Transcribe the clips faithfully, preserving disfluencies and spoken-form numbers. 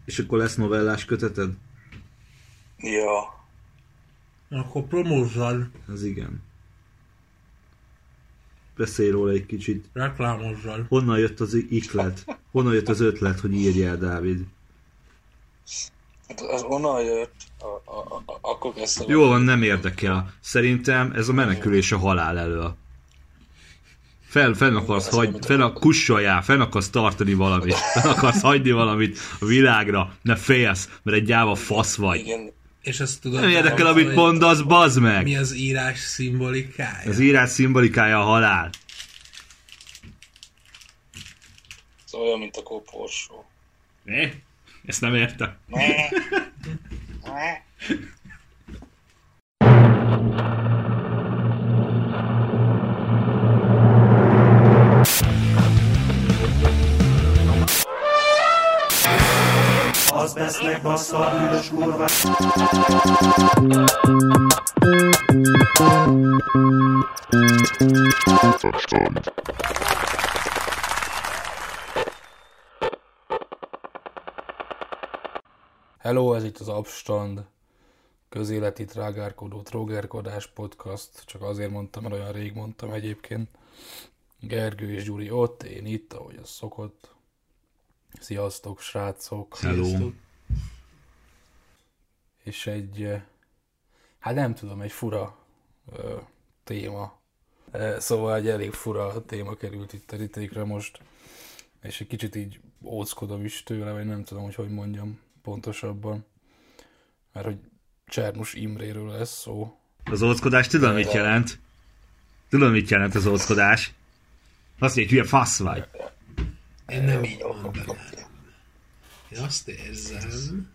És akkor lesz novellás köteted? Ja. Akkor promózzad. Ez igen. Beszélj róla egy kicsit. Reklámozzad. Honnan jött az iklet? Honnan jött az ötlet, hogy írjál, Dávid? Hát az onnan jött, a, a, a, akkor kezdtem. Jól van, nem érdekel. Szerintem ez a menekülés a halál elől. Fel, fenn akarsz hagy, fenn a kussoljál, fenn akarsz tartani valamit, fenn akarsz hagyni valamit a világra, ne félsz, mert egy gyáva fasz vagy. Igen. És ezt tudod... Nem érdekel, amit mondasz, bazd meg! Mi az írás szimbolikája? Az írás szimbolikája a halál. Ez olyan, mint a koporsó. Ne? Ezt nem értem. Ne. Ne. Az vesznek bassza a hűlös kurva. Hello, ez itt az Abstand, közéleti trágárkodó trógerkodás podcast, csak azért mondtam, mert olyan rég mondtam egyébként. Gergő és Gyuri ott, én itt, ahogy az szokott. Sziasztok, srácok! Hello! És egy, hát nem tudom, egy fura ö, téma. Szóval egy elég fura téma került itt terítékre most, és egy kicsit így óckodom is tőle, vagy nem tudom, hogy hogy mondjam pontosabban. Mert hogy Csernus Imréről lesz szó. Az óckodás tudom, mit jelent? Tudom, mit jelent az óckodás. Azt mondja, hogy hülye fasz vagy. Én nem így mondanám. Én azt érzem,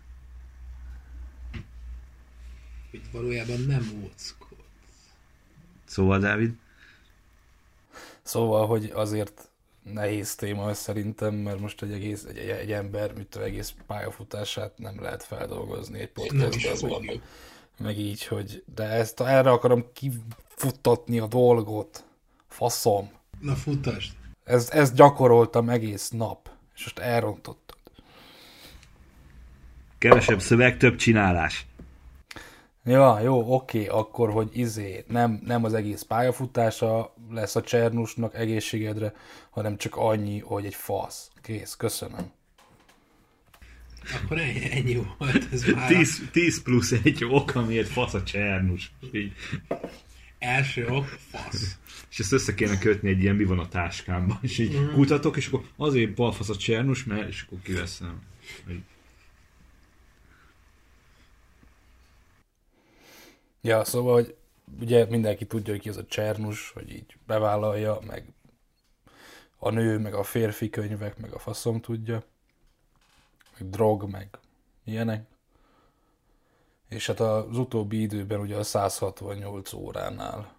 hogy valójában nem óckod. Szóval, Dávid? Szóval, hogy azért nehéz téma ez szerintem, mert most egy egész, egy, egy ember, mit egész pályafutását nem lehet feldolgozni egy podcastban. Meg, meg így, hogy de ezt erre akarom kifuttatni a dolgot. Faszom. Na futasd. Ez, ezt gyakoroltam egész nap, és most elrontottad. Kevesebb szöveg, több csinálás. Ja, jó, oké, akkor, hogy izé, nem, nem az egész pályafutása lesz a Csernusnak egészségedre, hanem csak annyi, hogy egy fasz. Kész, köszönöm. Akkor ennyi, ennyi volt. Ez tíz plusz egy ok, amiért fasz a Csernus. Így. Első ok, fasz. És ezt össze kéne kötni egy ilyen, mi van a táskámban. És így mm. kutatok, és akkor azért balfasz a Csernus, mert és akkor kiveszem. Ja, szóval, hogy ugye mindenki tudja, hogy ki az a Csernus, hogy így bevállalja, meg a nő, meg a férfi könyvek, meg a faszom tudja, meg drog, meg ilyenek. És hát az utóbbi időben ugye a száz hatvannyolc óránál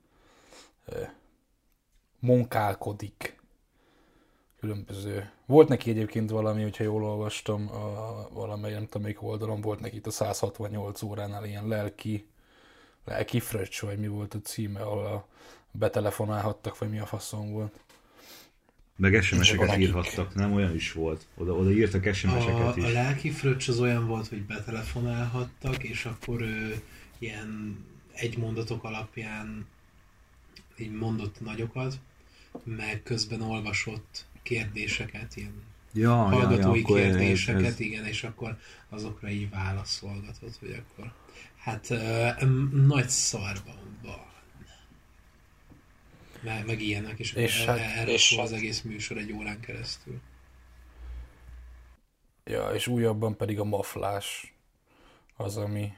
munkálkodik. Különböző. Volt neki egyébként valami, hogyha jól olvastam, a, valamely, nem tudom melyik oldalon, volt neki itt a száz hatvannyolc óránál ilyen lelki, lelki fröccs, vagy mi volt a címe, ahol a betelefonálhattak, vagy mi a faszom volt. Meg es em es-eket írhattak, nem? Olyan is volt. Oda, oda írtak es em es-eket is. A lelki fröccs az olyan volt, hogy betelefonálhattak, és akkor ő, ilyen egymondatok alapján így mondott nagyokat, meg közben olvasott kérdéseket, ilyen ja, hallgatói ja, ja, kérdéseket, ez... igen, és akkor azokra így válaszolgatott, hogy akkor hát uh, nagy szarban van. Meg, meg ilyenek, és, és hát, erről szól az egész műsor egy órán keresztül. Ja, és újabban pedig a maflás az, ami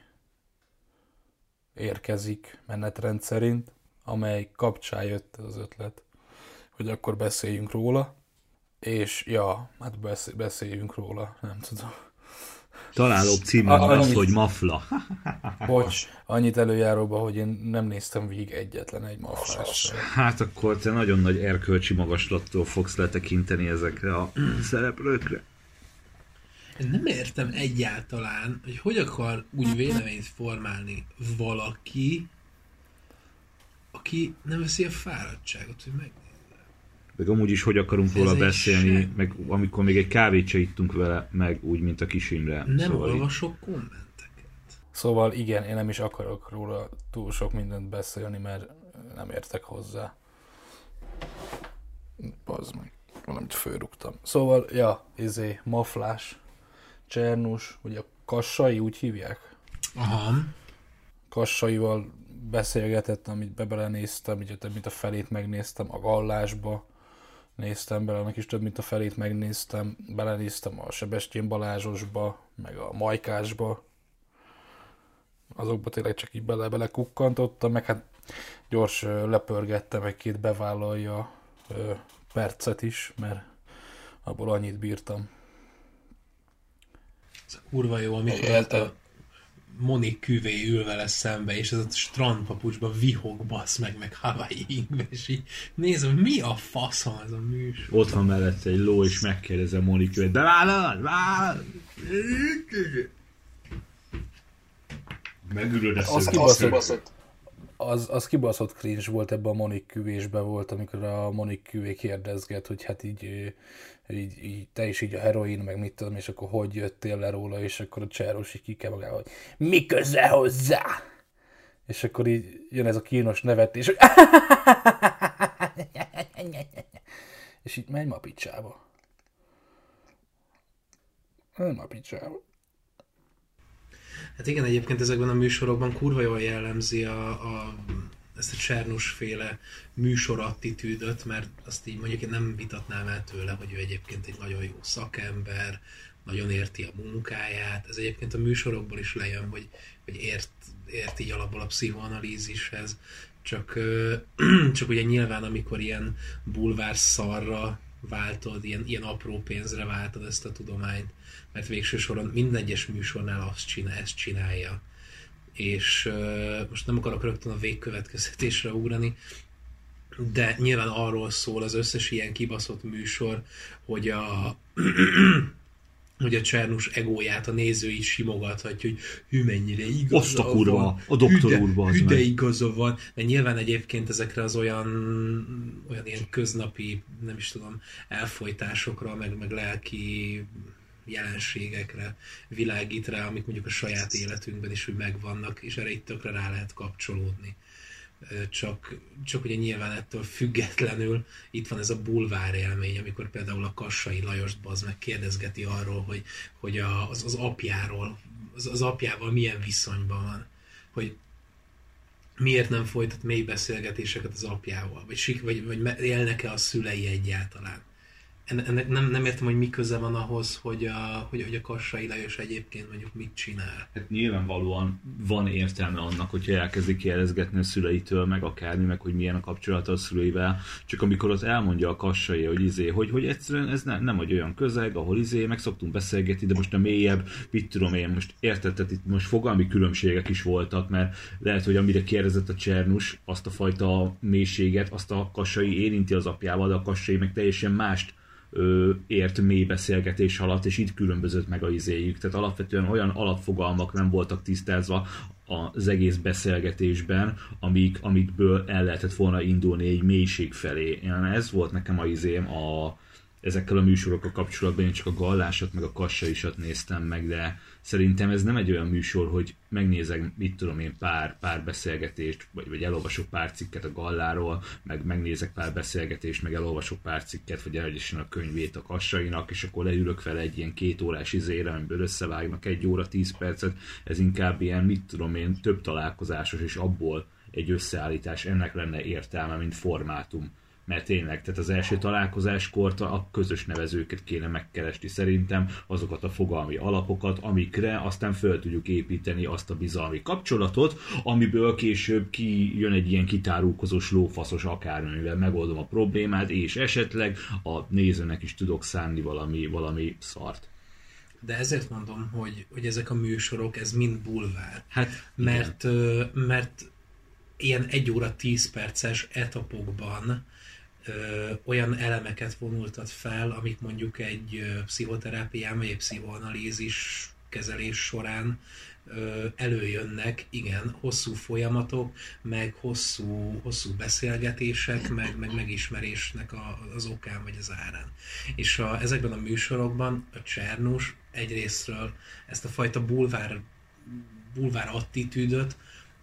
érkezik menetrend szerint, amely kapcsán jött az ötlet, hogy akkor beszéljünk róla, és ja, hát beszéljünk róla, nem tudom. Találóbb címem az, annyit, hogy mafla. Bocs, annyit előjáróba, hogy én nem néztem végig egyetlen egy maflást. Hát akkor te nagyon nagy erkölcsi magaslattól fogsz letekinteni ezekre a szereplőkre. Én nem értem egyáltalán, hogy hogy akar úgy véleményt formálni valaki, aki nem veszi a fáradtságot, hogy megnézze. meg amúgy is hogy akarunk Ez róla egy beszélni, se- meg amikor még egy kávét se ittunk vele, meg úgy, mint a Kis Imre. Nem Szóval így- olvasok kommenteket. Szóval igen, én nem is akarok róla túl sok mindent beszélni, mert nem értek hozzá. Bazd meg, valamit fölrúgtam. Szóval, ja, izé, Maflás, Csernus, ugye a Kassai, úgy hívják? Aha. Kassaival beszélgetett, amit be belenéztem, ugye több mint a felét megnéztem, a Gallásba néztem bele, annak is több mint a felét megnéztem, belenéztem a Sebestyén Balázsosba, meg a Majkásba, azokba tényleg csak így bele-bele kukkantottam, meg hát gyors ö, lepörgettem egy két bevállalja ö, percet is, mert abból annyit bírtam. Ez a kurva jó, amikor Értem. a Monik küvé ül vele szembe, és ez a strandpapucsba vihog, basz meg, meg Hawaii ingbe, és így nézem, mi a faszom ez a műsor? Ott van mellette egy ló, és megkérdezem Monikőt, de vállal, vállal! Megülöd ezt. Az Az kibaszott. Azt kibaszott. Az, az kibaszott cringe volt, ebben a Monik küvésben volt, amikor a Monik küvé kérdezget, hogy hát így, ö, így, így te is így a heroin, meg mit tudom, és akkor hogy jöttél le róla, és akkor a Csáros így ki kell magával, hogy mi köze hozzá? És akkor így jön ez a kínos nevetés, hogy és így megy ma picsába. Megy ma picsába. Hát igen, egyébként ezekben a műsorokban kurva jól jellemzi a, a, ezt a Csernus féle műsor attitűdöt, mert azt így mondjuk én nem vitatnám el tőle, hogy ő egyébként egy nagyon jó szakember, nagyon érti a munkáját. Ez egyébként a műsorokból is lejön, hogy, hogy ért, ért így alapból a pszichoanalízishez. Csak, csak ugye nyilván, amikor ilyen bulvár szarra váltod, ilyen, ilyen apró pénzre váltod ezt a tudományt, mert végső soron minden egyes műsornál azt csinál, ezt csinálja. És uh, most nem akarok rögtön a végkövetkeztetésre ugrani, de nyilván arról szól az összes ilyen kibaszott műsor, hogy a hogy a Csernus egóját a néző is simogathatja, hogy hű, mennyire igaza Azt a kurva, van, a doktor hüde, úr, bazd hüde meg. igaza van, de nyilván egyébként ezekre az olyan, olyan ilyen köznapi, nem is tudom, elfojtásokra, meg, meg lelki jelenségekre világít rá, amik mondjuk a saját életünkben is úgy megvannak, és erre itt tökre rá lehet kapcsolódni. Csak, csak ugye nyilván ettől függetlenül itt van ez a bulvár élmény, amikor például a Kassai Lajost bazd meg kérdezgeti arról, hogy, hogy a, az, az apjáról, az, az apjával milyen viszonyban van, hogy miért nem folytat mély beszélgetéseket az apjával, vagy, vagy, vagy élnek-e a szülei egyáltalán. Ennek nem, nem értem, hogy mi köze van ahhoz, hogy a, hogy, hogy a Kassai Lajos egyébként mondjuk mit csinál. Hát nyilvánvalóan van értelme annak, hogyha elkezdik kérdezgetni a szüleitől, meg akármi, meg hogy milyen a kapcsolata a szüleivel, csak amikor az elmondja a Kassai, hogy izé, hogy, hogy egyszerűen ez ne, nem egy olyan közeg, ahol izé, meg szoktunk beszélgetni, de most a mélyebb, mit tudom én, most értetted, itt most fogalmi különbségek is voltak, mert lehet, hogy amire kérdezett a Csernus, azt a fajta mélységet, azt a Kassai érinti az apjával, de a Kassai meg teljesen mást ért mély beszélgetés alatt, és így különbözött meg a izéjük. Tehát alapvetően olyan alapfogalmak nem voltak tisztázva az egész beszélgetésben, amik, amikből el lehetett volna indulni egy mélység felé. Ez volt nekem a izém a, ezekkel a műsorokkal kapcsolatban, én csak a Gallásat, meg a Kassaisat néztem meg, de szerintem ez nem egy olyan műsor, hogy megnézek, mit tudom én, pár, pár beszélgetést, vagy, vagy elolvasok pár cikket a Galláról, meg megnézek pár beszélgetést, meg elolvasok pár cikket, vagy elolvasom a könyvét a Kassainak, és akkor leülök vele egy ilyen két órás izére, amiből összevágnak egy óra, tíz percet, ez inkább ilyen, mit tudom én, több találkozásos, és abból egy összeállítás, ennek lenne értelme, mint formátum. Mert tényleg, tehát az első találkozáskor a közös nevezőket kéne megkeresni szerintem, azokat a fogalmi alapokat, amikre aztán föl tudjuk építeni azt a bizalmi kapcsolatot, amiből később kijön egy ilyen kitárulkozós, lófaszos akármivel megoldom a problémát, és esetleg a nézőnek is tudok szánni valami, valami szart. De ezért mondom, hogy, hogy ezek a műsorok, ez mind bulvár. Hát, mert, mert ilyen egy óra tíz perces etapokban Ö, olyan elemeket vonultat fel, amik mondjuk egy ö, pszichoterápián vagy egy pszichoanalízis kezelés során előjönnek, igen, hosszú folyamatok, meg hosszú, hosszú beszélgetések, meg, meg megismerésnek a, az okán vagy az árán. És a, ezekben a műsorokban a Csernus egyrésztről ezt a fajta bulvár, bulvár attitűdöt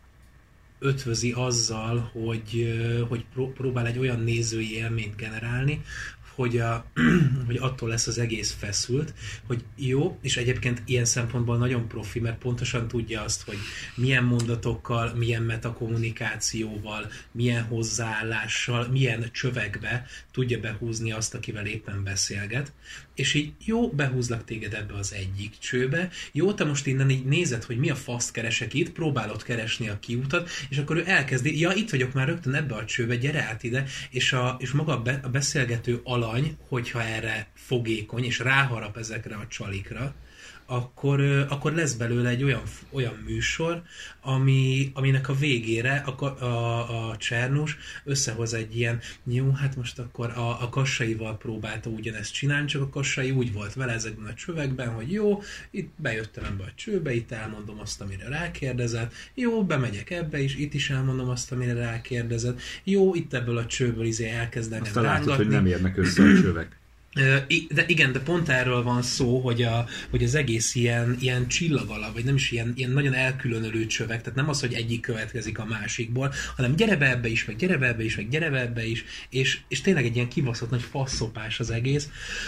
ötvözi azzal, hogy, hogy próbál egy olyan nézői élményt generálni, hogy, a, hogy attól lesz az egész feszült, hogy jó, és egyébként ilyen szempontból nagyon profi, mert pontosan tudja azt, hogy milyen mondatokkal, milyen metakommunikációval, milyen hozzáállással, milyen csövekbe tudja behúzni azt, akivel éppen beszélget, és így jó, behúzlak téged ebbe az egyik csőbe, jó, te most innen így nézed, hogy mi a faszt keresek itt, próbálod keresni a kiutat, és akkor ő elkezdi, ja, itt vagyok már rögtön ebbe a csőbe, gyere át ide, és, a, és maga a, be, a beszélgető alany, hogyha erre fogékony, és ráharap ezekre a csalikra, akkor, akkor lesz belőle egy olyan, olyan műsor, ami, aminek a végére a, a, a Csernus összehoz egy ilyen, jó, hát most akkor a, a Kassaival próbálta ugyanezt csinálni, csak a Kassai úgy volt vele ezekben a csövekben, hogy jó, itt bejöttem ebbe a csőbe, itt elmondom azt, amire rákérdezett, jó, bemegyek ebbe is, itt is elmondom azt, amire rákérdezett, jó, itt ebből a csőből izé elkezdem aztán látod, hogy nem érnek össze a csövek. De igen, de pont erről van szó, hogy, a, hogy az egész ilyen, ilyen csillagala, vagy nem is ilyen, ilyen nagyon elkülönölő csövek, tehát nem az, hogy egyik következik a másikból, hanem gyere be ebbe is, meg gyere be ebbe is, meg gyere be ebbe is, és, és tényleg egy ilyen kibaszott nagy faszopás az egész.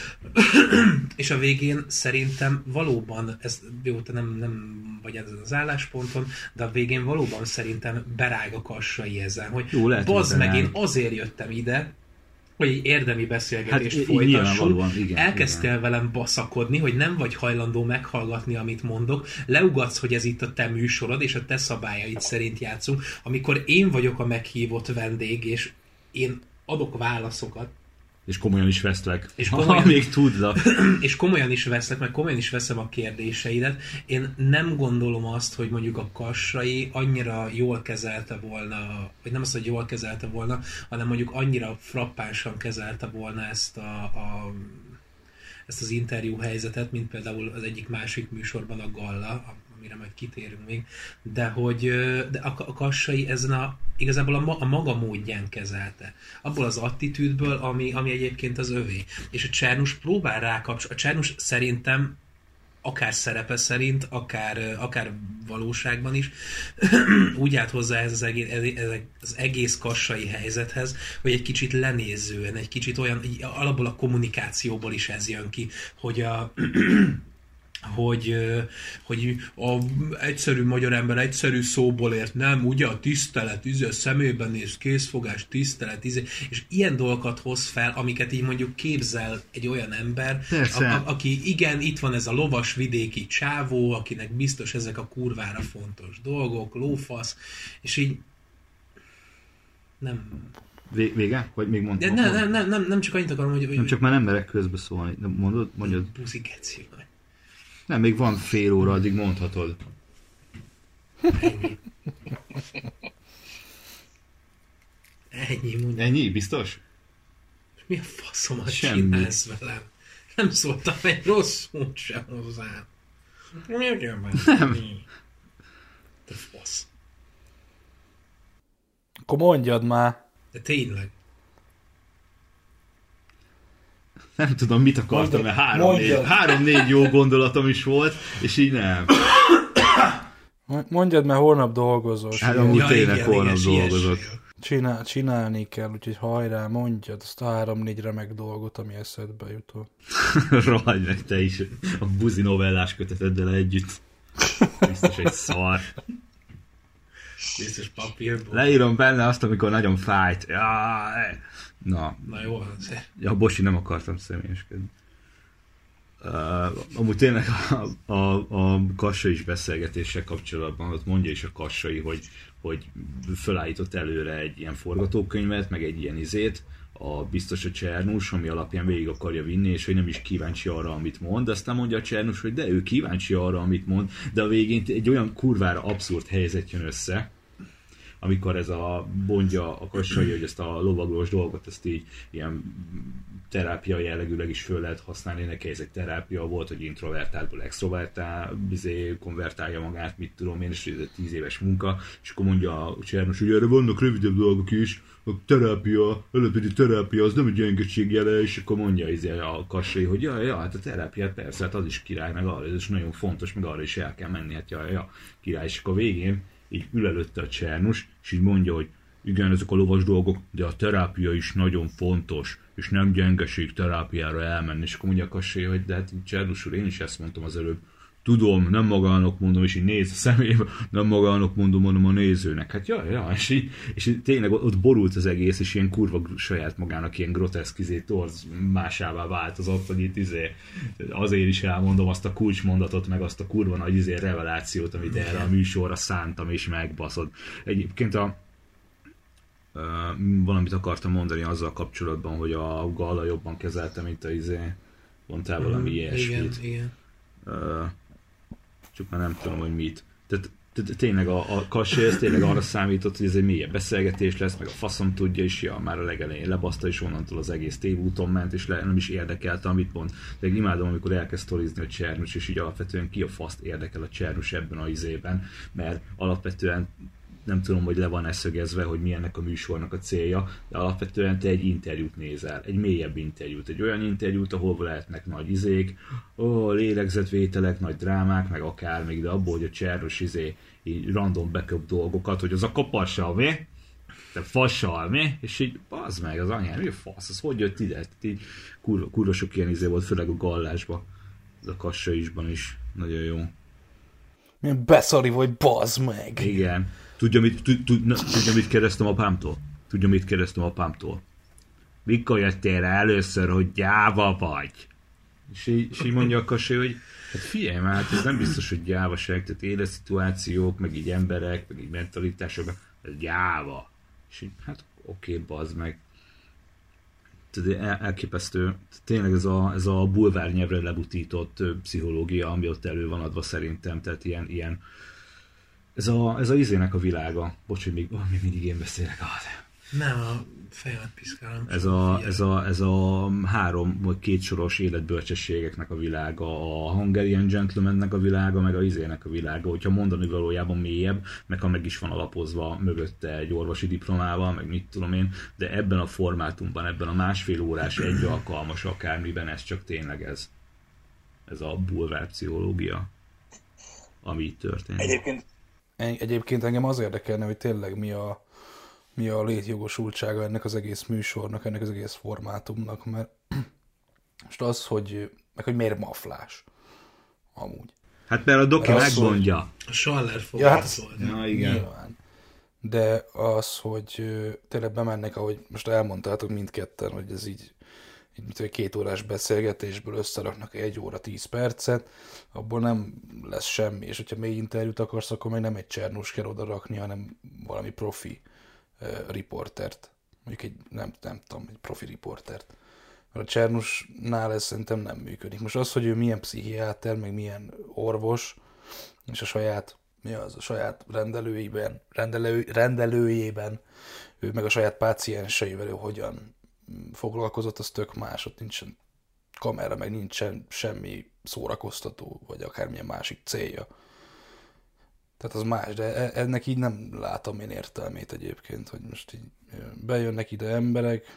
És a végén szerintem valóban, ez jó, te nem, nem vagy ezen az állásponton, de a végén valóban szerintem berág a Kassai ezzel, hogy bazd meg, én azért jöttem ide, hogy egy érdemi beszélgetést hát, folytassunk, elkezdtél igen. velem baszakodni, hogy nem vagy hajlandó meghallgatni, amit mondok, leugatsz, hogy ez itt a te műsorod, és a te szabályaid szerint játszunk, amikor én vagyok a meghívott vendég, és én adok válaszokat, és komolyan is veszlek. És komolyan, ha még tudlak. És komolyan is veszlek, meg komolyan is veszem a kérdéseidet. Én nem gondolom azt, hogy mondjuk a Kassai annyira jól kezelte volna, vagy nem azt, hogy jól kezelte volna, hanem mondjuk annyira frappánsan kezelte volna ezt a, a ezt az interjú helyzetet, mint például az egyik másik műsorban a Galla, amire majd kitérünk még, de hogy de a Kassai ezen a, igazából a, a maga módján kezelte. Abból az attitűdből, ami, ami egyébként az övé. És a Csernus próbál rákapcsolni. A Csernus szerintem akár szerepe szerint, akár, akár valóságban is, úgy állt hozzá ez az egész, ez az egész kassai helyzethez, hogy egy kicsit lenézően, egy kicsit olyan, alapból a kommunikációból is ez jön ki, hogy a hogy, hogy a egyszerű magyar ember egyszerű szóból ért, nem, ugye a tisztelet, izé, a szemében néz, készfogás, tisztelet, izé, és ilyen dolgokat hoz fel, amiket így mondjuk képzel egy olyan ember, a, a, aki igen, itt van ez a lovas vidéki csávó, akinek biztos ezek a kurvára fontos dolgok, lófasz, és így nem... Vége? Vagy még mondtam? Nem, nem, nem, nem, nem csak annyit akarom, hogy... Nem csak már nem merek közbe szólni. Mondod? Mondjad. Puszi geci vagy. Nem, még van fél óra, addig mondhatod. Ennyi. Ennyi, mondja. Ennyi? Biztos? Mi a faszomat csinálsz velem? Nem szóltam egy rossz szót sem hozzám. Nem. Te fasz. Akkor mondjad már. De tényleg. Nem tudom, mit akartam, mert három-négy három, jó gondolatom is volt, és így nem. Mondjad, mert holnap dolgozol. Hát amúgy ja, tényleg igen, holnap igen, dolgozott. Csinál, csinálni kell, úgyhogy hajrá, mondjad azt a három-négy remek dolgot, ami eszedbe jutott. Rohagy meg te is a buzi novellás köteteddel együtt. Biztos egy szar. Biztos papírból. Leírom benne azt, amikor nagyon fájt. Jaj. Na. Na jó. Ja, bocsi, nem akartam személyeskedni. Uh, amúgy tényleg a, a, a Kassai beszélgetéssel kapcsolatban ott mondja is a Kassai, hogy, hogy fölállított előre egy ilyen forgatókönyvet, meg egy ilyen izét, a biztos a Csernus, ami alapján végig akarja vinni, és hogy nem is kíváncsi arra, amit mond. Aztán mondja a Csernus, hogy de ő kíváncsi arra, amit mond, de a végén egy olyan kurvára abszurd helyzet jön össze, amikor ez a mondja a Kassai, hogy ezt a lovaglós dolgot, ezt így ilyen terápia jellegűleg is föl lehet használni, neki ez egy terápia volt, hogy introvertálból extrovertál, bizé konvertálja magát, mit tudom én, és ez egy tíz éves munka, és akkor mondja a Csernos, hogy erre vannak rövidebb dolgok is, a terápia, előpedi terápia, az nem egy gyengeség jele, és akkor mondja izé a Kassai, hogy ja, ja, hát a terápiát persze, hát az is király, meg arra, ez is nagyon fontos, meg arra is el kell menni, hát ja, ja, király, és akkor a végén így ül előtte a Csernos, és így mondja, hogy igen, ezek a lovas dolgok, de a terápia is nagyon fontos, és nem gyengeség terápiára elmenni. És akkor mondja a Kassai, hogy de hát Csernos úr, én is ezt mondtam az előbb. Tudom, nem magának mondom, és így néz a szemébe, nem magának mondom, mondom a nézőnek. Hát jaj, jaj, és így, és így tényleg ott borult az egész, és ilyen kurva saját magának ilyen groteszk izé, torz másává változott, hogy itt izé, azért is elmondom azt a kulcsmondatot, meg azt a kurva nagy izé revelációt, amit erre a műsorra szántam, és megbaszod. Egyébként a Uh, valamit akartam mondani azzal kapcsolatban, hogy a Galla jobban kezelte, mint a izé. Mondtál valami mm, ilyesmit. Igen, igen. Uh, csak már nem tudom, hogy mit. Tehát tényleg a, a Kassai ez tényleg arra számított, hogy ez egy mélyebb beszélgetés lesz, meg a faszom tudja, és ja, már a legelején lebaszta, és onnantól az egész tévúton ment, és le, nem is érdekelte, amit mond. De imádom, amikor elkezd sztorizni a Csernos, és így alapvetően ki a faszt érdekel a Csernos ebben a izében, mert alapvetően nem tudom, hogy le van eszögezve, hogy mi ennek a műsornak a célja, de alapvetően te egy interjút nézel, egy mélyebb interjút, egy olyan interjút, ahol lehetnek nagy izék, ó, lélegzetvételek, nagy drámák, meg akár még, de abból, hogy a Csernos izé így random beköp dolgokat, hogy az a kopassal, mi? Te fassal, mi? És így, bazd meg, az anyám, mi a fasz, az hogy jött ide? Így kurva, kurva sok ilyen izé volt, főleg a Gallásba, ez a Kassaisban is, nagyon jó. Milyen beszari vagy, bazd meg! Igen. Tudja, mit, tud, tud, na, tudja, mit kérdeztem apámtól? Tudja, mit kérdeztem apámtól? Mikor jöttél rá először, hogy gyáva vagy? És így, és így mondja a Kassai, hogy hát figyelj már, hát ez nem biztos, hogy gyávaság, tehát életszituációk, meg így emberek, meg így mentalitások, ez gyáva. És így, hát oké, bazd meg. Tehát el, elképesztő. Tényleg ez a, ez a bulvár nyelvre lebutított pszichológia, ami ott elő van adva szerintem, tehát ilyen, ilyen Ez a, ez a izének a világa. Bocs, hogy még, oh, még mindig én beszélek. Ah, nem, a fejemet piszkálom. Ez a, ez, a, ez a három vagy két soros életbölcsességeknek a világa, a Hungarian Gentlemannek a világa, meg a izének a világa. Hogyha mondani valójában mélyebb, meg ha meg is van alapozva mögötte egy orvosi diplomával, meg mit tudom én, de ebben a formátumban, ebben a másfél órás egy alkalmas akármiben, ez csak tényleg ez. Ez a bulvár pszichológia, ami itt történik. Egyébként Egyébként engem az érdekelne, hogy tényleg mi a, mi a létjogosultsága ennek az egész műsornak, ennek az egész formátumnak, mert most az, hogy, meg hogy miért maflás, amúgy. Hát mert a doki az, megmondja. A Schaller fog ja, hát, szólni. Ja, igen. Nyilván. De az, hogy tényleg bemennek, ahogy most elmondtátok mindketten, hogy ez így így mit, két órás beszélgetésből összeraknak egy óra tíz percet, abból nem lesz semmi, és hogyha mély interjút akarsz, akkor meg nem egy Csernos kell oda rakni, hanem valami profi uh, riportert. Mondjuk egy, nem, nem tudom, egy profi riportert. Mert a Csernosnál ez szerintem nem működik. Most az, hogy ő milyen pszichiáter, meg milyen orvos, és a saját, mi az, a saját rendelőiben, rendelő, rendelőjében, ő meg a saját pácienseivel ő hogyan foglalkozott, az tök más, ott nincsen kamera, meg nincsen semmi szórakoztató, vagy akármilyen másik célja. Tehát az más, de ennek így nem látom én értelmét egyébként, hogy most így bejönnek ide emberek,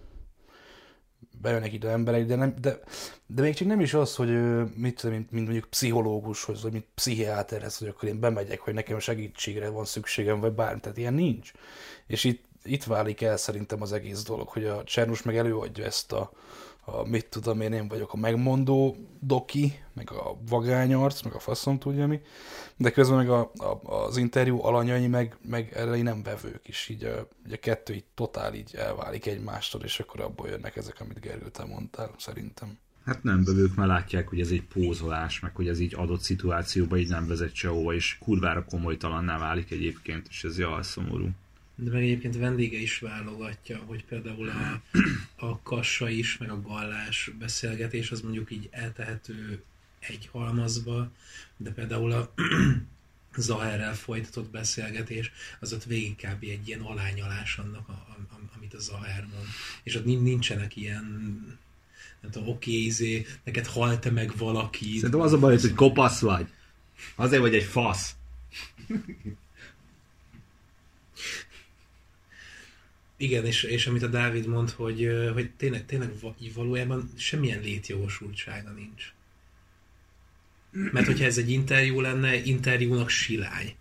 bejönnek ide emberek, de, nem, de, de még csak nem is az, hogy mit, mint, mint mondjuk pszichológushoz, vagy mint pszichiáterhez, hogy akkor én bemegyek, hogy nekem segítségre van szükségem, vagy bármi, tehát ilyen nincs. És itt Itt válik el szerintem az egész dolog, hogy a Csernos meg előadja ezt a, a mit tudom én, én vagyok a megmondó doki, meg a vagányarc, meg a faszom tudja mi, de közben meg a, a, az interjú alanyai meg, meg erre nem vevők is, így a, így a kettő így totál így elválik egymástól, és akkor abból jönnek ezek, amit Gergő, te mondtál, szerintem. Hát nem bevők, mert látják, hogy ez egy pózolás, meg hogy ez így adott szituációban így nem vezet sehova, és kurvára komolytalanná válik egyébként, és ez jaj, szomorú. De meg egyébként vendége is válogatja, hogy például a, a Kassai is, meg a Gallás beszélgetés, az mondjuk így eltehető egy halmazba, de például a, Zaherrel folytatott beszélgetés, az ott végig kb. Egy ilyen alányalás annak, a, a, amit a Zaher mond. És ott nincsenek ilyen, nem tudom, oké, izé, neked halt-e meg valaki. Szerintem az a baj, hogy kopasz vagy. Azért vagy egy fasz. Igen, és, és amit a Dávid mond, hogy, hogy tényleg, tényleg valójában semmilyen létjogosultsága nincs. Mert hogyha ez egy interjú lenne, interjúnak silány.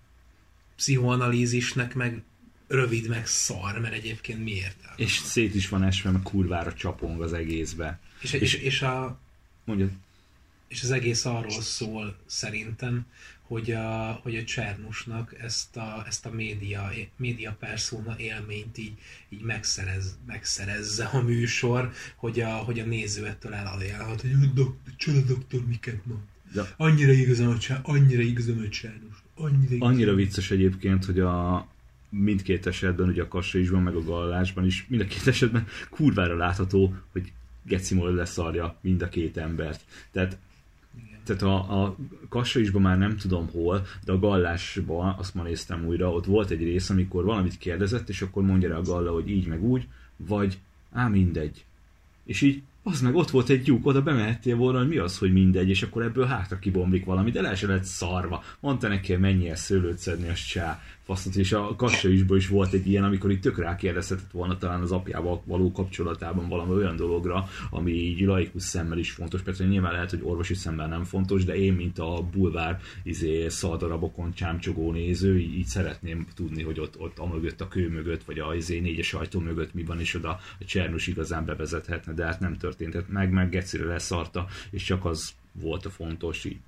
Pszichoanalízisnek meg rövid, meg szar, mert egyébként miért? És szét is van esve, mert kurvára csapong az egészbe. És, és, és, a, mondjad. és az egész arról szól szerintem, hogy a, hogy a Csernusnak ezt a, ezt a média, média persona élményt így, így megszerez, megszerezze a műsor, hogy a, hogy a néző ettől elalélhat, hogy a csoda doktor miket mond. Ja. Annyira igazam a Csernus, annyira igazam a Csernus. Annyira, annyira vicces egyébként, hogy a mindkét esetben, ugye a Kassai-ban, meg a Gallásban is, mind a két esetben kurvára látható, hogy gecimol leszarja mind a két embert. Tehát Tehát a, a Kassai-ban már nem tudom hol, de a Gallásban, azt ma néztem újra, ott volt egy rész, amikor valamit kérdezett, és akkor mondja rá a Galla, hogy így meg úgy, vagy á, mindegy. És így, az meg ott volt egy lyuk, oda bemehettél volna, hogy mi az, hogy mindegy, és akkor ebből hátra kibomlik valami, de le se lett szarva. Mondta neki, mennyi el szőlőt szedni, az csá. Fasztott, és a Kassai-ban is volt egy ilyen, amikor itt tök rákérdezhetett volna talán az apjával való kapcsolatában valami olyan dologra, ami így laikus szemmel is fontos. Persze nyilván lehet, hogy orvosi szemmel nem fontos, de én, mint a bulvár izé, szaldarabokon csámcsogó néző, így, így szeretném tudni, hogy ott, ott a mögött, a kő mögött, vagy a izé, négyes ajtó mögött mi van, és oda a Csernus igazán bevezethetne, de hát nem történt meg, meg gecire leszarta, és csak az volt a fontos, így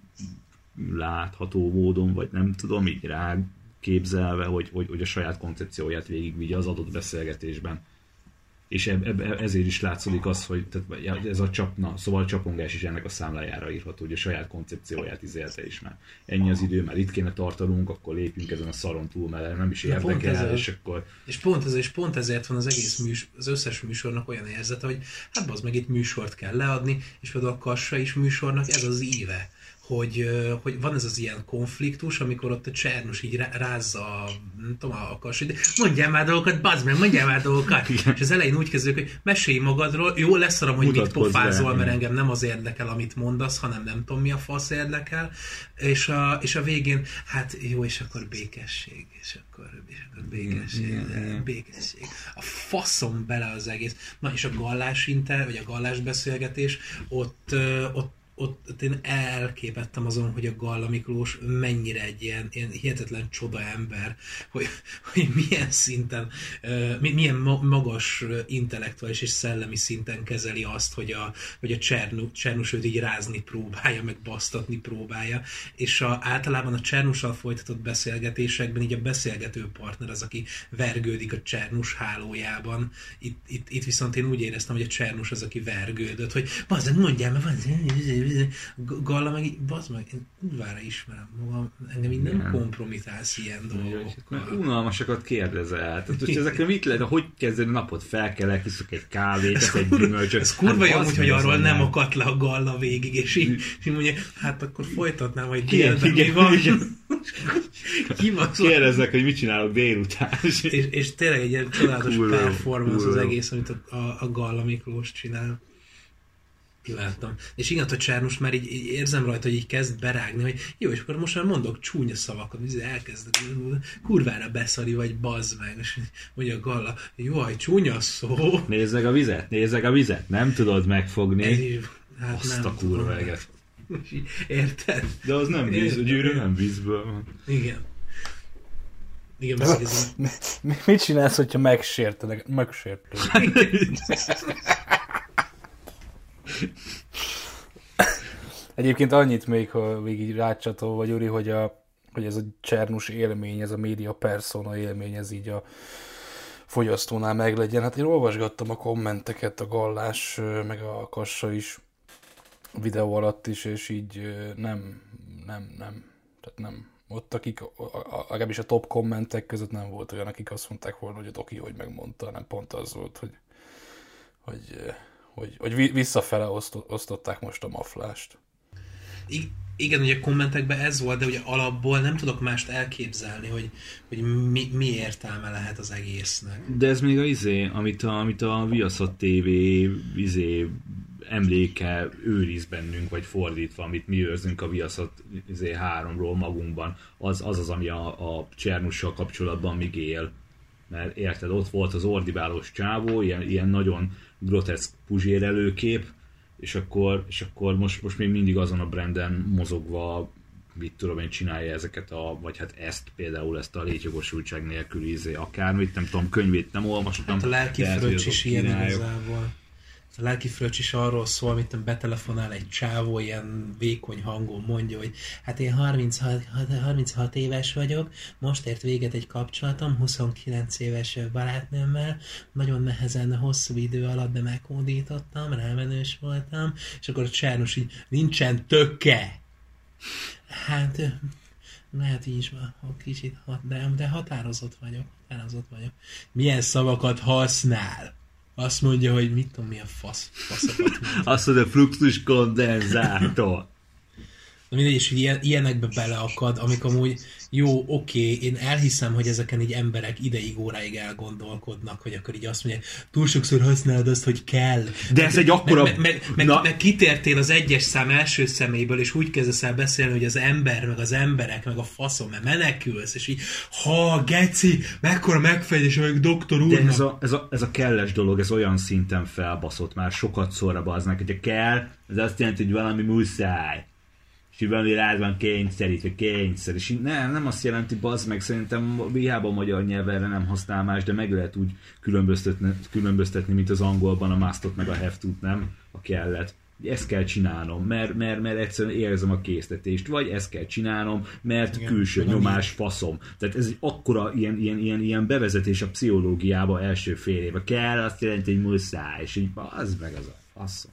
látható módon, vagy nem tudom, így rá képzelve, hogy, hogy, hogy a saját koncepcióját végigvigye az adott beszélgetésben. És eb, eb, ezért is látszik az, hogy tehát ez a csap, na, szóval a csapongás is ennek a számlájára írható, hogy a saját koncepcióját izélte is már. Ennyi az idő, már itt kéne tartanunk, akkor lépjünk ezen a szaron túl, mert nem is érdekel, és akkor... És pont, ez, és pont ezért van az egész műsor, az összes műsornak olyan érzete, hogy hát az meg itt műsort kell leadni, és például a Kassa is műsornak ez az íve. Hogy, hogy van ez az ilyen konfliktus, amikor ott a Csernus így rázza a, nem tudom, a Kassait, mondjál már dolgokat, bazd meg, mondjál már dolgokat. És az elején úgy kezdődik, hogy mesélj magadról, jó, leszarom, hogy mit pofázol, mert engem nem az érdekel, amit mondasz, hanem nem tudom, mi a fasz érdekel. És a, és a végén, hát jó, és akkor békesség, és akkor, és akkor békesség, yeah, békesség. A faszom bele az egész. Na, és a Gallás inter, vagy a Gallás beszélgetés, ott, ott ott én elképettem azon, hogy a Galla Miklós mennyire egy ilyen, ilyen hihetetlen csoda ember, hogy, hogy milyen szinten, uh, milyen magas intellektuális és szellemi szinten kezeli azt, hogy a, hogy a Csernus, Csernus őt így rázni próbálja, meg basztatni próbálja, és a, általában a Csernussal folytatott beszélgetésekben így a beszélgető partner az, aki vergődik a Csernus hálójában. Itt, itt, itt viszont én úgy éreztem, hogy a Csernus az, aki vergődött, hogy bazdmeg, mondjál, mert van, Galla meg így, bazd meg, én kurvára ismerem magam, engem így nem kompromitálsz ilyen dolgokkal. Unalmasakat kérdezel. Tehát most ezekre mit lehet, hogy kezdeni a napot? Felkelek, iszok egy kávét, ez egy gyümölcsöt. Ez kurva jó, hogy arról nem akadt le a Galla végig, és így, így mondja, hát akkor folytatnám, hogy délben mi van. Kérdezzek, hogy mit csinálok délután. és, és tényleg egy ilyen csodálatos performance az egész, amit a, a, a Galla Miklós csinál. Láttam. És igen, a Csernus már így, így érzem rajta, hogy így kezd berágni, hogy jó, és akkor most már mondok csúnya szavakat, hogy elkezdek kurvára beszari, vagy bazd meg, és mondja a Galla, jaj, csúnya szó. Nézzeg a vizet, nézzeg a vizet, nem tudod megfogni. Ez, hát azt nem a kurva eget. Érted? De az nem víz, a gyűrű nem vízből van. Igen. Igen, mit, mit csinálsz, hogyha megsértenek? Megsértenek. Egyébként annyit még, ha végig rácsatol vagy, Uri, hogy, a, hogy ez a Csernus élmény, ez a média persona élmény, ez így a fogyasztónál meglegyen. Hát én olvasgattam a kommenteket, a Gallás, meg a Kassa is a videó alatt is, és így nem, nem, nem, tehát nem. Ott akik, legalábbis a top kommentek között nem volt olyan, akik azt mondták volna, hogy a Doki hogy megmondta, hanem pont az volt, hogy hogy, hogy, hogy visszafele osztották most a maflást. I- igen, ugye a kommentekben ez volt, de ugye alapból nem tudok mást elképzelni, hogy, hogy mi, mi értelme lehet az egésznek. De ez még a izé, amit a, amit a Viaszat té vé izé, emléke őriz bennünk, vagy fordítva, amit mi őrzünk a Viaszat izé, háromról magunkban, az az, az ami a, a Csernussal kapcsolatban még él. Mert érted, ott volt az ordibálós csávó, ilyen, ilyen nagyon groteszk puzsérelőkép, és akkor, és akkor most, most még mindig azon a branden mozogva, mit tudom én, csinálja ezeket a, vagy hát ezt, például ezt a létjogosultság nélkül izé, akármit, nem tudom, könyvét nem olvastam. Hát a lelki fröccs is ilyen királyok. igazából. A lelki fröccs is arról szól, mint betelefonál egy csávó, ilyen vékony hangon mondja, hogy hát én harminchat, harminchat éves vagyok, most ért véget egy kapcsolatom, huszonkilenc éves barátnőmmel, nagyon nehezen, hosszú idő alatt, de meghódítottam, rámenős voltam, és akkor a Csernus így, nincsen tökke! Hát, lehet így is van, kicsit, de, de határozott vagyok, határozott vagyok. Milyen szavakat használ? Azt mondja, hogy mit tudom, mi a fasz, faszokat mondja. Azt mondja, fluxus kondenzátor. Na mindegy, és ilyen, ilyenekbe beleakad, amik amúgy jó, oké, én elhiszem, hogy ezeken így emberek ideig, óráig elgondolkodnak, hogy akkor így azt mondják, túl sokszor használod azt, hogy kell. De ez egy akkora... Meg, meg, meg, meg, meg kitértél az egyes szám első személyből, és úgy kezdesz el beszélni, hogy az ember, meg az emberek, meg a faszom, mert menekülsz, és így, ha, geci, mekkora megfejtés vagyok doktor úrnak. De ez a, ez, a, ez a kelles dolog, ez olyan szinten felbaszott már sokat szorra baznak, hogyha kell, ez azt jelenti, hogy valami muszáj. És valami rád van kényszerítve, kényszer. És nem, nem azt jelenti, bazd meg, szerintem hiába a magyar nyelv erre nem használ más, de meg lehet úgy különböztetni, különböztetni mint az angolban a must-ot meg a have to-t, nem? A kellet. Ezt kell csinálnom, mert, mert, mert egyszerűen érzem a késztetést, vagy ezt kell csinálnom, mert igen, külső nyomás faszom. Tehát ez egy akkora ilyen, ilyen, ilyen, ilyen bevezetés a pszichológiába első fél éve. Kell, azt jelenti, hogy muszáj, és így bazd meg az a faszom.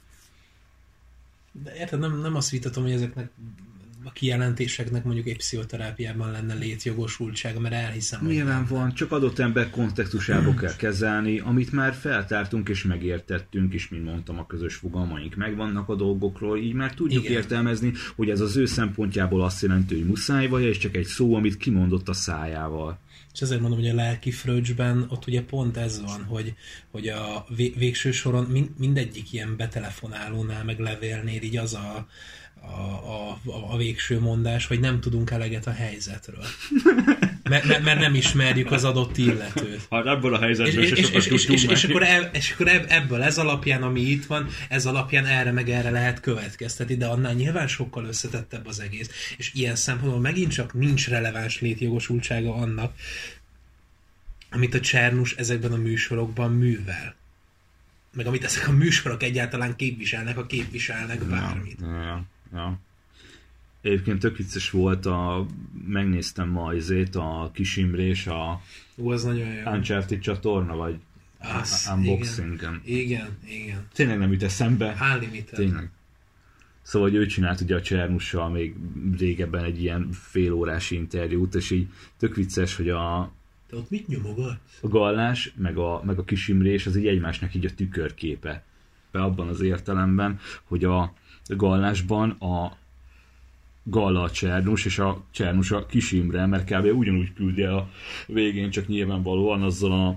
De érted, nem, nem azt vitatom, hogy ezeknek a kijelentéseknek mondjuk egy pszichoterápiában lenne létjogosultsága, mert elhiszem, nyilván van, csak adott ember kontextusába kell kezelni, amit már feltártunk és megértettünk, és mint mondtam, a közös fogalmaink megvannak a dolgokról, így már tudjuk igen. értelmezni, hogy ez az ő szempontjából azt jelenti, hogy muszáj vagy, és csak egy szó, amit kimondott a szájával. És ezért mondom, hogy a lelki fröccsben ott ugye pont ez van, hogy, hogy a végső soron mind, mindegyik ilyen betelefonálónál, meg levélnél így az a, a, a, a végső mondás, hogy nem tudunk eleget a helyzetről. Mert, mert, mert nem ismerjük az adott illetőt. Hát ebből a helyzetből és, és, és, és, és, és, akkor eb, és akkor ebből ez alapján, ami itt van, ez alapján erre meg erre lehet következtetni, de annál nyilván sokkal összetettebb az egész. És ilyen szempontból megint csak nincs releváns létjogosultsága annak, amit a Csernus ezekben a műsorokban művel. Meg amit ezek a műsorok egyáltalán képviselnek, ha képviselnek bármit. Ja, ja, ja. Egyébként tök vicces volt, a, megnéztem ma izét, a Kis Imrés, a Ó, az nagyon jó. Uncharted csatorna, vagy az, unboxingen. Igen, igen, igen. Tényleg nem jut eszembe. Unlimited. Tényleg. Szóval, hogy ő csinált ugye a Csernussal még régebben egy ilyen félórás interjút, és így tök vicces, hogy a Te ott mit nyomogat? A Gallás, meg a, meg a Kis Imrés, az így egymásnak így a tükörképe. Be abban az értelemben, hogy a Gallásban a Galla a Csernus, és a Csernus a Kis Imre, mert kb. Ugyanúgy küldi el a végén, csak nyilvánvalóan azzal a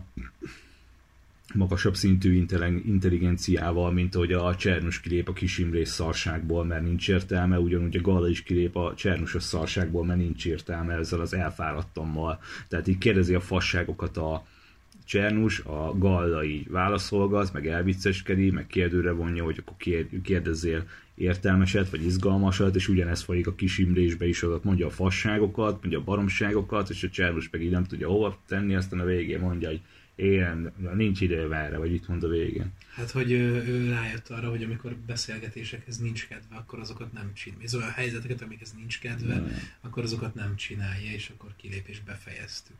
magasabb szintű intelligenciával, mint ahogy a Csernus kilép a Kis Imrés szarságból, mert nincs értelme, ugyanúgy a Galla is kilép a Csernusos szarságból, mert nincs értelme ezzel az elfáradtammal. Tehát így kérdezi a fasságokat a Csernus, a Galla így válaszolgat, meg elvicceskedik, meg kérdőre vonja, hogy akkor kérdezzél értelmeset, vagy izgalmasat, és ugyanez folyik a Kis Imrésbe is, ott mondja a fasságokat, mondja a baromságokat, és a Csernus meg így nem tudja hova tenni, aztán a végén mondja, hogy én, nincs időm erre, vagy itt mond a végén. Hát, hogy ő, ő rájött arra, hogy amikor beszélgetésekhez nincs kedve, akkor azokat nem csinálja. Ez olyan helyzeteket, amikhez nincs kedve, ne. akkor azokat nem csinálja, és akkor kilép és befejeztük.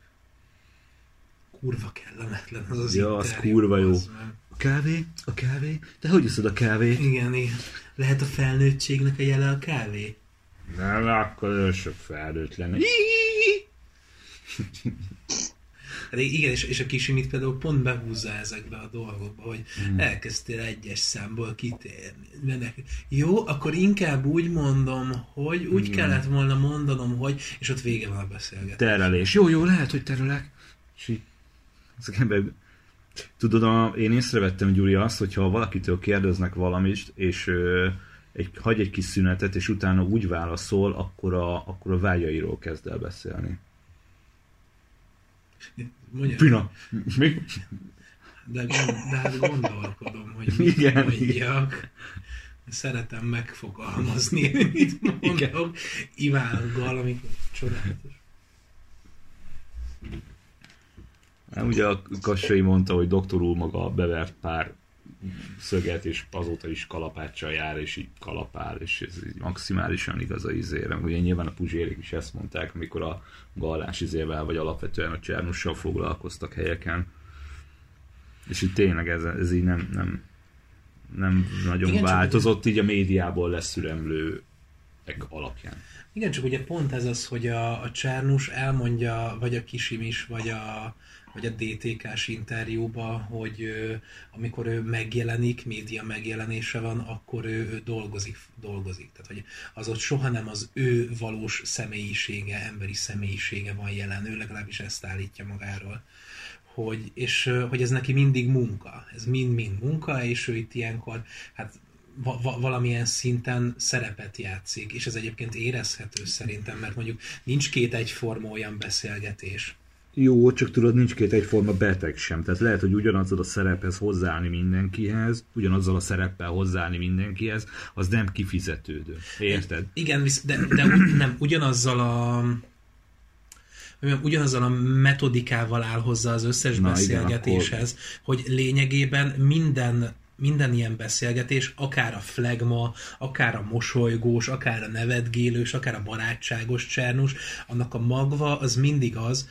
Kurva kellemetlen az az ja, az kurva jó. A kávé? A kávé? Te hogy iszod a kávét? Igen, igen. Lehet a felnőttségnek a jele a kávé? Nem, akkor ő sok felnőtt lenne. Hát igen, és, és a Kisimit például pont behúzza ezekbe a dolgokba, hogy mm. elkezdtél egyes számból kitérni. Mennek. Jó, akkor inkább úgy mondom, hogy úgy mm. kellett volna mondanom, hogy, és ott vége van a beszélgetés. Terelés. Jó, jó, lehet, hogy terelek. És így, ezek ember... Tudod, a, én észrevettem, Gyuri, azt, hogyha valakitől kérdeznek valamit, és ö, egy, hagy egy kis szünetet, és utána úgy válaszol, akkor a, akkor a vágyairól kezd el beszélni. Mondja, Pina! Mi? De, gond, de hát gondolkodom, hogy mit igen, mondjak. Igen. Szeretem megfogalmazni, mit mondok. Igen. Ivánoggal, amikor csodálatos. Hát ugye a Kassai mondta, hogy doktor úr maga bevert pár szöget, és azóta is kalapáccsal jár, és így kalapál, és ez így maximálisan igaz a izére. Ugye nyilván a Puzsérék is ezt mondták, amikor a gallás izével, vagy alapvetően a Csernussal foglalkoztak helyeken. És így tényleg ez, ez így nem, nem, nem nagyon igen, változott, így a médiából leszüremlőek alapján. Igen, csak ugye pont ez az, hogy a, a Csernus elmondja, vagy a Kisim is, vagy a, vagy a dé té ká-s interjúba, hogy ő, amikor ő megjelenik, média megjelenése van, akkor ő, ő dolgozik, dolgozik. Tehát, hogy az ott soha nem az ő valós személyisége, emberi személyisége van jelen, ő legalábbis ezt állítja magáról. Hogy, és hogy ez neki mindig munka, ez mind-mind munka, és ő itt ilyenkor, hát Va- va- valamilyen szinten szerepet játszik, és ez egyébként érezhető szerintem, mert mondjuk nincs két egyforma olyan beszélgetés. Jó, csak tudod, nincs két egyforma beteg sem. Tehát lehet, hogy ugyanazzal a szerephez hozzáállni mindenkihez, ugyanazzal a szereppel hozzáállni mindenkihez, az nem kifizetődő. Érted? Igen, de, de nem, ugyanazzal a ugyanazzal a metodikával áll hozzá az összes Na, beszélgetéshez, igen, akkor... hogy lényegében minden minden ilyen beszélgetés, akár a flegma, akár a mosolygós, akár a nevetgélős, akár a barátságos Csernus, annak a magva az mindig az,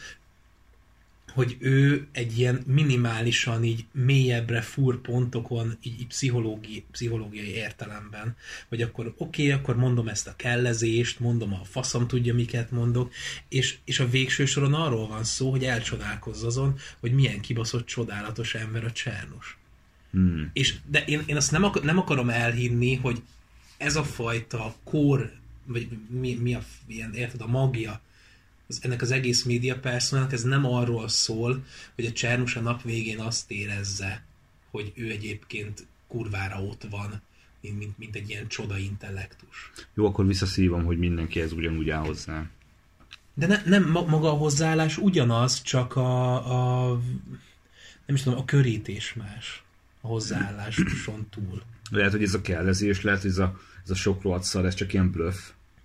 hogy ő egy ilyen minimálisan így mélyebbre fúr pontokon, így, így pszichológi, pszichológiai értelemben, hogy akkor oké, okay, akkor mondom ezt a kellezést, mondom a faszom tudja, miket mondok, és, és a végső soron arról van szó, hogy elcsodálkozz azon, hogy milyen kibaszott csodálatos ember a Csernus. Hmm. És, de én, én azt nem, akar, nem akarom elhinni, hogy ez a fajta kór, vagy mi, mi a, ilyen, érted, a magja az, ennek az egész média personának, ez nem arról szól, hogy a Csernus a nap végén azt érezze, hogy ő egyébként kurvára ott van, mint, mint, mint egy ilyen csoda intellektus. Jó, akkor visszaszívom, hogy mindenki ez ugyanúgy áll hozzá. De ne, nem, maga a hozzáállás ugyanaz, csak a, a nem is tudom, a körítés más. A hozzáálláson túl. Lehet, hogy ez a kellezés, lehet, hogy ez a, ez a sok rohadt szar, ez csak ilyen bluff.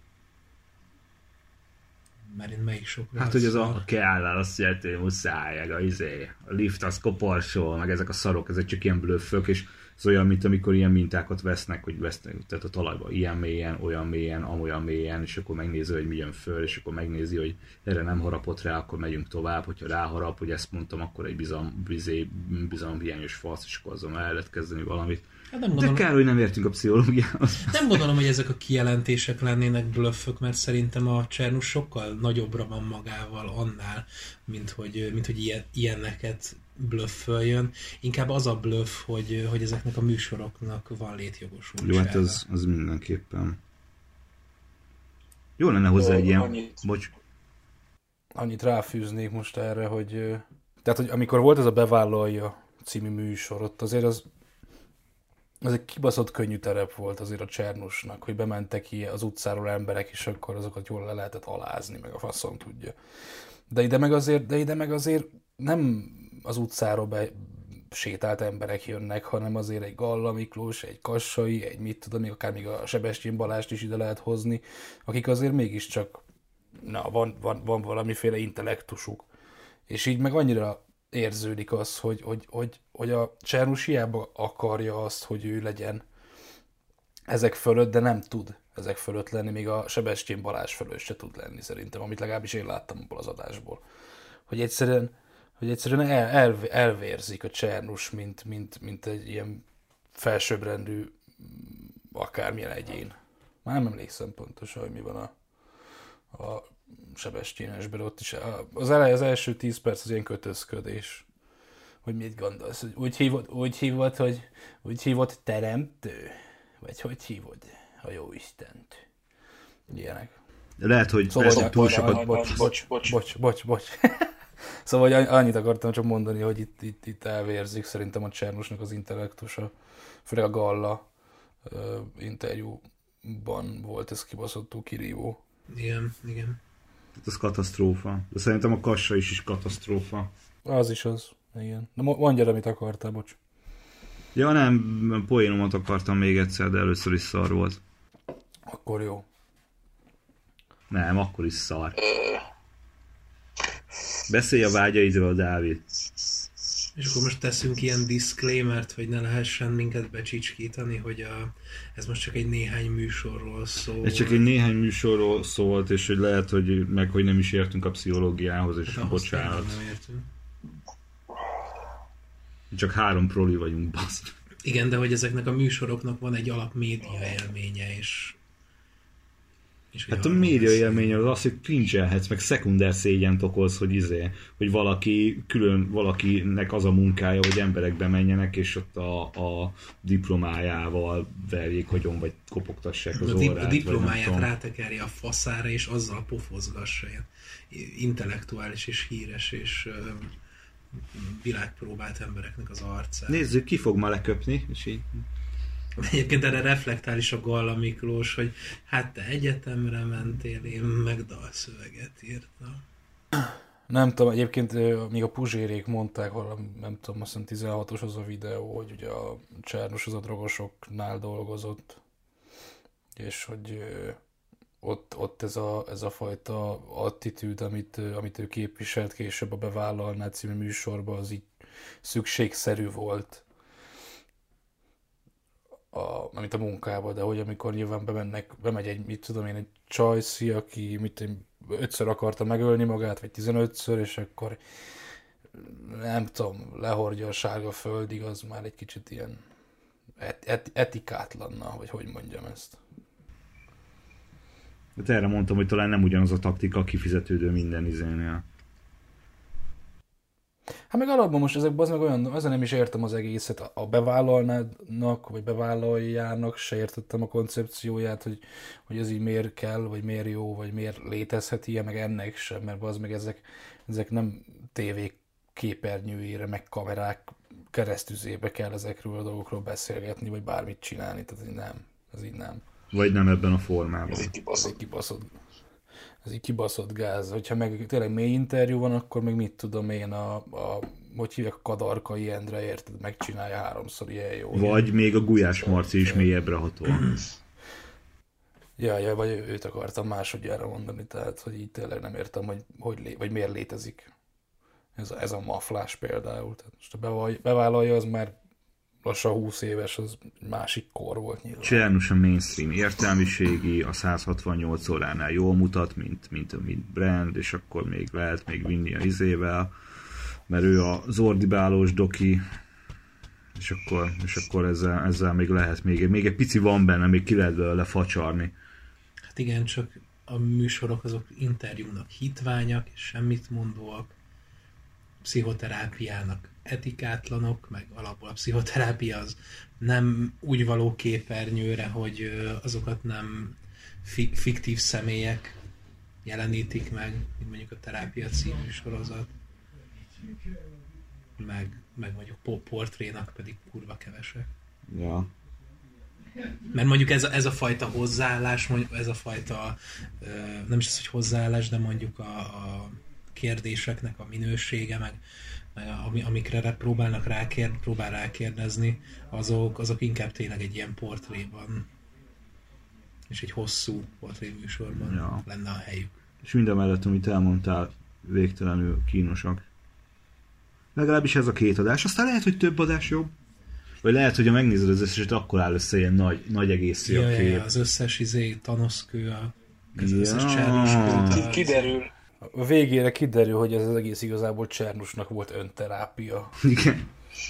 Mert én melyik sok Hát, hogy ez a, a kell, azt jelenti, hogy muszáj, a, izé, a lift az koporsol, meg ezek a szarok, ezek csak ilyen bluffök, és ez olyan, mint amikor ilyen mintákat vesznek, hogy vesznek, tehát a talajba ilyen mélyen, olyan mélyen, amolyan mélyen, és akkor megnézi, hogy mi jön föl, és akkor megnézi, hogy erre nem harapott rá, akkor megyünk tovább, hogyha ráharap, hogy ezt mondtam, akkor egy bizalom, bizé, bizalomhiányos fasz, és akkor azon el lehet kezdeni valamit. Hát nem gondolom, de kár, hogy nem értünk a pszichológiához. Nem gondolom, hogy ezek a kijelentések lennének blöffök, mert szerintem a Csernus sokkal nagyobbra van magával annál, mint hogy, mint hogy ilyen, ilyeneket blöfföljön. Inkább az a blöff, hogy, hogy ezeknek a műsoroknak van létjogosultsága. Jó, hát az, az mindenképpen. Jó lenne hozzá egy ilyen... Annyit. Bocs. Annyit ráfűznék most erre, hogy... Tehát, hogy amikor volt ez a Bevállalja című műsor, ott azért az az egy kibaszott könnyű terep volt azért a Csernusnak, hogy bementek ki az utcáról emberek, és akkor azokat jól le lehetett alázni, meg a faszom tudja. De ide meg azért, de ide meg azért nem az utcáról be sétált emberek jönnek, hanem azért egy Galla Miklós, egy Kassai, egy mit tudom, még akár még a Sebestyén Balást is ide lehet hozni, akik azért mégiscsak, na, van, van, van valamiféle intellektusuk. És így meg annyira érződik az, hogy, hogy, hogy, hogy a Csernus hiába akarja azt, hogy ő legyen ezek fölött, de nem tud ezek fölött lenni, még a Sebestyén Balázs fölött se tud lenni szerintem, amit legalábbis én láttam abból az adásból. Hogy egyszerűen, hogy egyszerűen el, el, elvérzik a Csernus, mint, mint, mint egy ilyen felsőbbrendű akármilyen egyén. Már nem emlékszem pontosan, hogy mi van a, a Sebestyénesben, ott is az, elej, az első tíz perc az ilyen kötözködés. Hogy mit gondolsz? Úgy hívod, úgy hívod, hogy úgy hívod teremtő? Vagy hogy hívod a Jóistent? Ilyenek. Lehet, hogy Szóval szóval túl sokat... Bocs, bocs, bocs, bocs, bocs, bocs. Szóval annyit akartam csak mondani, hogy itt, itt, itt elvérzik szerintem a Csernusnak az intellektusa. Főleg a Galla uh, interjúban volt ez kibaszottul kirívó. Igen, igen. Ez katasztrófa. De szerintem a Kassa is is katasztrófa. Az is az, igen. Na mondjad, amit akartál, bocs. Ja nem, poénomat akartam még egyszer, de először is szar volt. Akkor jó. Nem, akkor is szar. Beszélj a vágyaidról, Dávid. És akkor most teszünk ilyen disclaimert, hogy ne lehessen minket becsicskítani, hogy a, ez most csak egy néhány műsorról szól. Ez csak egy néhány műsorról szólt, és hogy lehet, hogy meg hogy nem is értünk a pszichológiához, és hát, bocsánat. Nem értünk. Csak három proli vagyunk, basz. Igen, de hogy ezeknek a műsoroknak van egy alap média élménye, és... és Hát a média élménye az az, hogy cringe-elhetsz, meg szekunder szégyent okoz, hogy izé, hogy valaki, külön valakinek az a munkája, hogy emberek bemenjenek, és ott a, a diplomájával verjék hogyan, vagy kopogtassák az a orrát. A diplomáját rátekerje a faszára, és azzal pofozgassa ilyen intellektuális és híres és uh, világpróbált embereknek az arcát. Nézzük, ki fog ma leköpni, és így... Egyébként erre reflektál is a Galla Miklós, hogy hát te egyetemre mentél, én meg dalszöveget írtam. Nem tudom, egyébként még a Puzsérék mondták, valami, nem tudom, azt hiszem tizenhatos az a videó, hogy ugye a Csernus az a drogosoknál dolgozott, és hogy ott, ott ez, a, ez a fajta attitűd, amit, amit ő képviselt később a Bevállalná című műsorban, az így szükségszerű volt. A, amit a munkába, de hogy amikor nyilván bemennek, bemegy egy, mit tudom én, egy csajszi, aki mit én, ötször akarta megölni magát, vagy tizenötször, és akkor nem tudom, lehordja a sárga földig, az már egy kicsit ilyen et, et, etikátlanna, vagy hogy mondjam ezt. Hát erre mondtam, hogy talán nem ugyanaz a taktika kifizetődő minden izénél. Hát meg alapban most ezekben az meg olyan, ezzel nem is értem az egészet. A bevállalnának, vagy bevállaljának se értettem a koncepcióját, hogy, hogy ez így miért kell, vagy miért jó, vagy miért létezhet ilyen, meg ennek sem, mert az meg ezek, ezek nem tévé képernyőjére, meg kamerák keresztüzébe kell ezekről a dolgokról beszélgetni, vagy bármit csinálni, tehát ez így nem, ez így nem. Vagy nem ebben a formában. Ez egy kibaszott. Ez egy kibaszott, ez egy kibaszott gáz. Hogyha meg tényleg mély interjú van, akkor meg mit tudom én, a, a hogy hívják, a Kadarkai Endre, érted, megcsinálja háromszor ilyen jó. Vagy még a Gulyás Marci is mélyebbre hatol. Ja, ja, vagy őt akartam másodjára mondani, tehát, hogy így tényleg nem értem, hogy, hogy lé, vagy miért létezik ez a, ez a maflás például. Tehát most a bevállalja, az már lassan húsz éves, az másik kor volt nyilván. Csernus a mainstream értelmiségi, a száz hatvannyolc óránál jól mutat, mint, mint, mint brand, és akkor még lehet még vinni a izével, mert ő az ordibálós doki, és akkor, és akkor ezzel, ezzel még lehet, még, még egy pici van benne, még ki lehet belőle facsarni. Hát igen, csak a műsorok azok interjúnak hitványak, és semmit mondóak, pszichoterápiának etikátlanok, meg alapból a pszichoterápia az nem úgy való képernyőre, hogy azokat nem fi- fiktív személyek jelenítik meg, mint mondjuk a Terápia című sorozat, meg, meg mondjuk portrénak pedig kurva kevesek. Ja. Mert mondjuk ez a, ez a fajta hozzáállás, mondjuk ez a fajta, nem is az, hogy hozzáállás, de mondjuk a, a kérdéseknek a minősége, meg, meg a, amikre próbálnak rákér, próbál rákérdezni, azok, azok inkább tényleg egy ilyen portréban, és egy hosszú portréműsorban ja. lenne a helyük. És minden mellett, amit elmondtál, végtelenül kínosak. Legalábbis ez a két adás, aztán lehet, hogy több adás jobb. Vagy lehet, hogy ha megnézed az összeset, akkor áll össze ilyen nagy, nagy egészé a kép. Ja, az összes izé, tanoszkő, a, az ja. összes Csernuskő. Kiderül. A végére kiderül, hogy ez az egész igazából Csernusnak volt önterápia. Igen.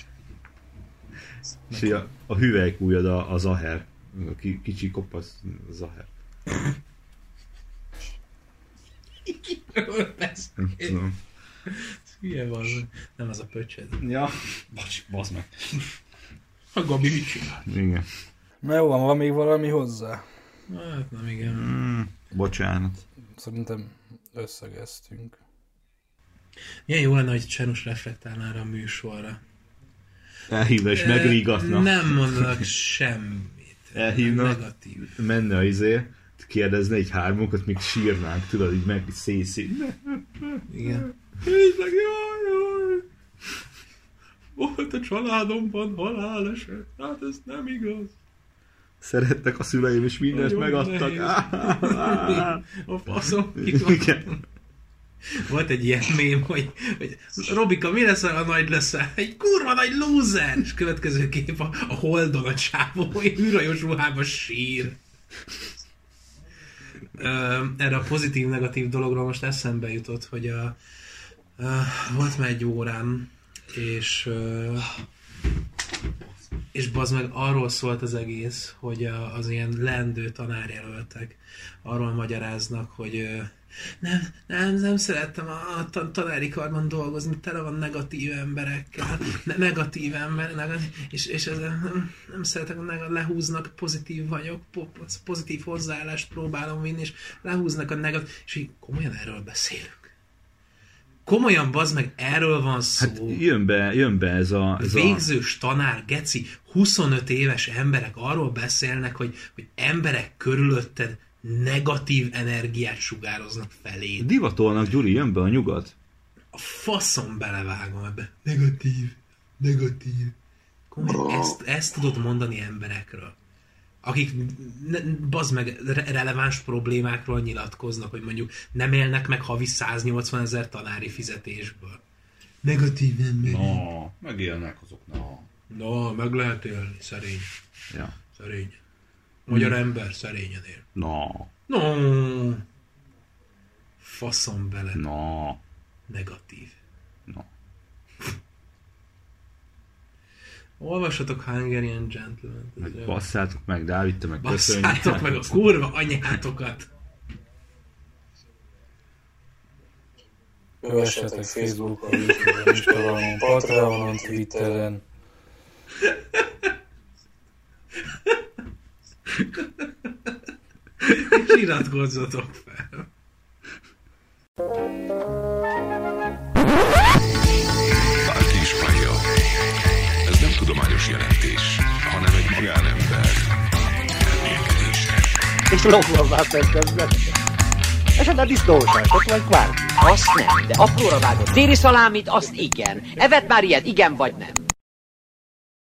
És a, a hüvelykújad a, a Zaher. A kicsi kopasz Zaher. Nem tudom. Hülye van. Nem az a pöcsed. Ja, bocs, bazd meg. A Gabi mit csinál? Igen. Na jó, van még valami hozzá? Hát nem igen. Mm, bocsánat. Szerintem összegeztünk. Milyen jó lenne, hogy Csenus reflektálna erre a műsorra. Elhívna és megrígatna. Nem mondanak semmit. Elhívna, Negatív. menne a izé, kérdezne egy hármunkat, még sírnánk, tudod, így meg szészé. Igen. Tényleg, jaj, jaj. Volt a családomban haláleset. Hát ez nem igaz. Szerettek a szüleim, és mindent Nagyon megadtak. A faszom. Igen. Volt egy ilyen mém, hogy, hogy Robika, mi leszel, a nagy leszel? Egy kurva nagy lúzer! És következő kép a, a Holdon a csávó, hogy űrhajós ruhában sír. Ö, erre a pozitív-negatív dologról most eszembe jutott, hogy a, a, volt már egy órám, és ö, és bazd meg arról szólt az egész, hogy a, az ilyen leendő tanárjelöltek arról magyaráznak, hogy ö, nem, nem, nem szerettem a, a tanári karban dolgozni, tele van negatív emberekkel, ne, negatív ember, negatív, és, és ez, nem, nem szeretek, lehúznak, pozitív vagyok, pozitív hozzáállást próbálom vinni, és lehúznak a negatív, és így komolyan erről beszélünk. Komolyan, bazd meg, erről van szó. Hát jön be, jön be ez a... Ez Végzős tanár, geci, huszonöt éves emberek arról beszélnek, hogy, hogy emberek körülötted negatív energiát sugároznak felé. Divatolnak, Gyuri, jön be a nyugat. A faszom belevágom ebbe. Negatív, negatív. Komolyan, ezt, ezt tudod mondani emberekről, akik ne, bazd meg re- releváns problémákról nyilatkoznak, hogy mondjuk nem élnek meg havi száznyolcvan ezer tanári fizetésből. Negatív ember. No, megélnek azok, no. No, meg lehet élni, szerény. Ja. Szerény. Magyar hmm. ember szerényen él. No. No. Faszom bele. No. Negatív. No. Olvassatok Hungarian Gentleman. Meg basszátok meg, Dávid, te meg köszönjük. Basszátok meg a kurva anyátokat. Kövessetek Facebookon, YouTube-on, Instagramon, Patreonon, Twitteren. És iratkozzatok fel. Bárki is hallja. Ez nem tudományos jelentés, hanem egy magánember elmélkedése. És lopva tettem. Esetleg disznóságot vagy kvárki. Azt nem, de apróra vágott téli szalámit, azt igen. Evet már ilyet, igen vagy nem?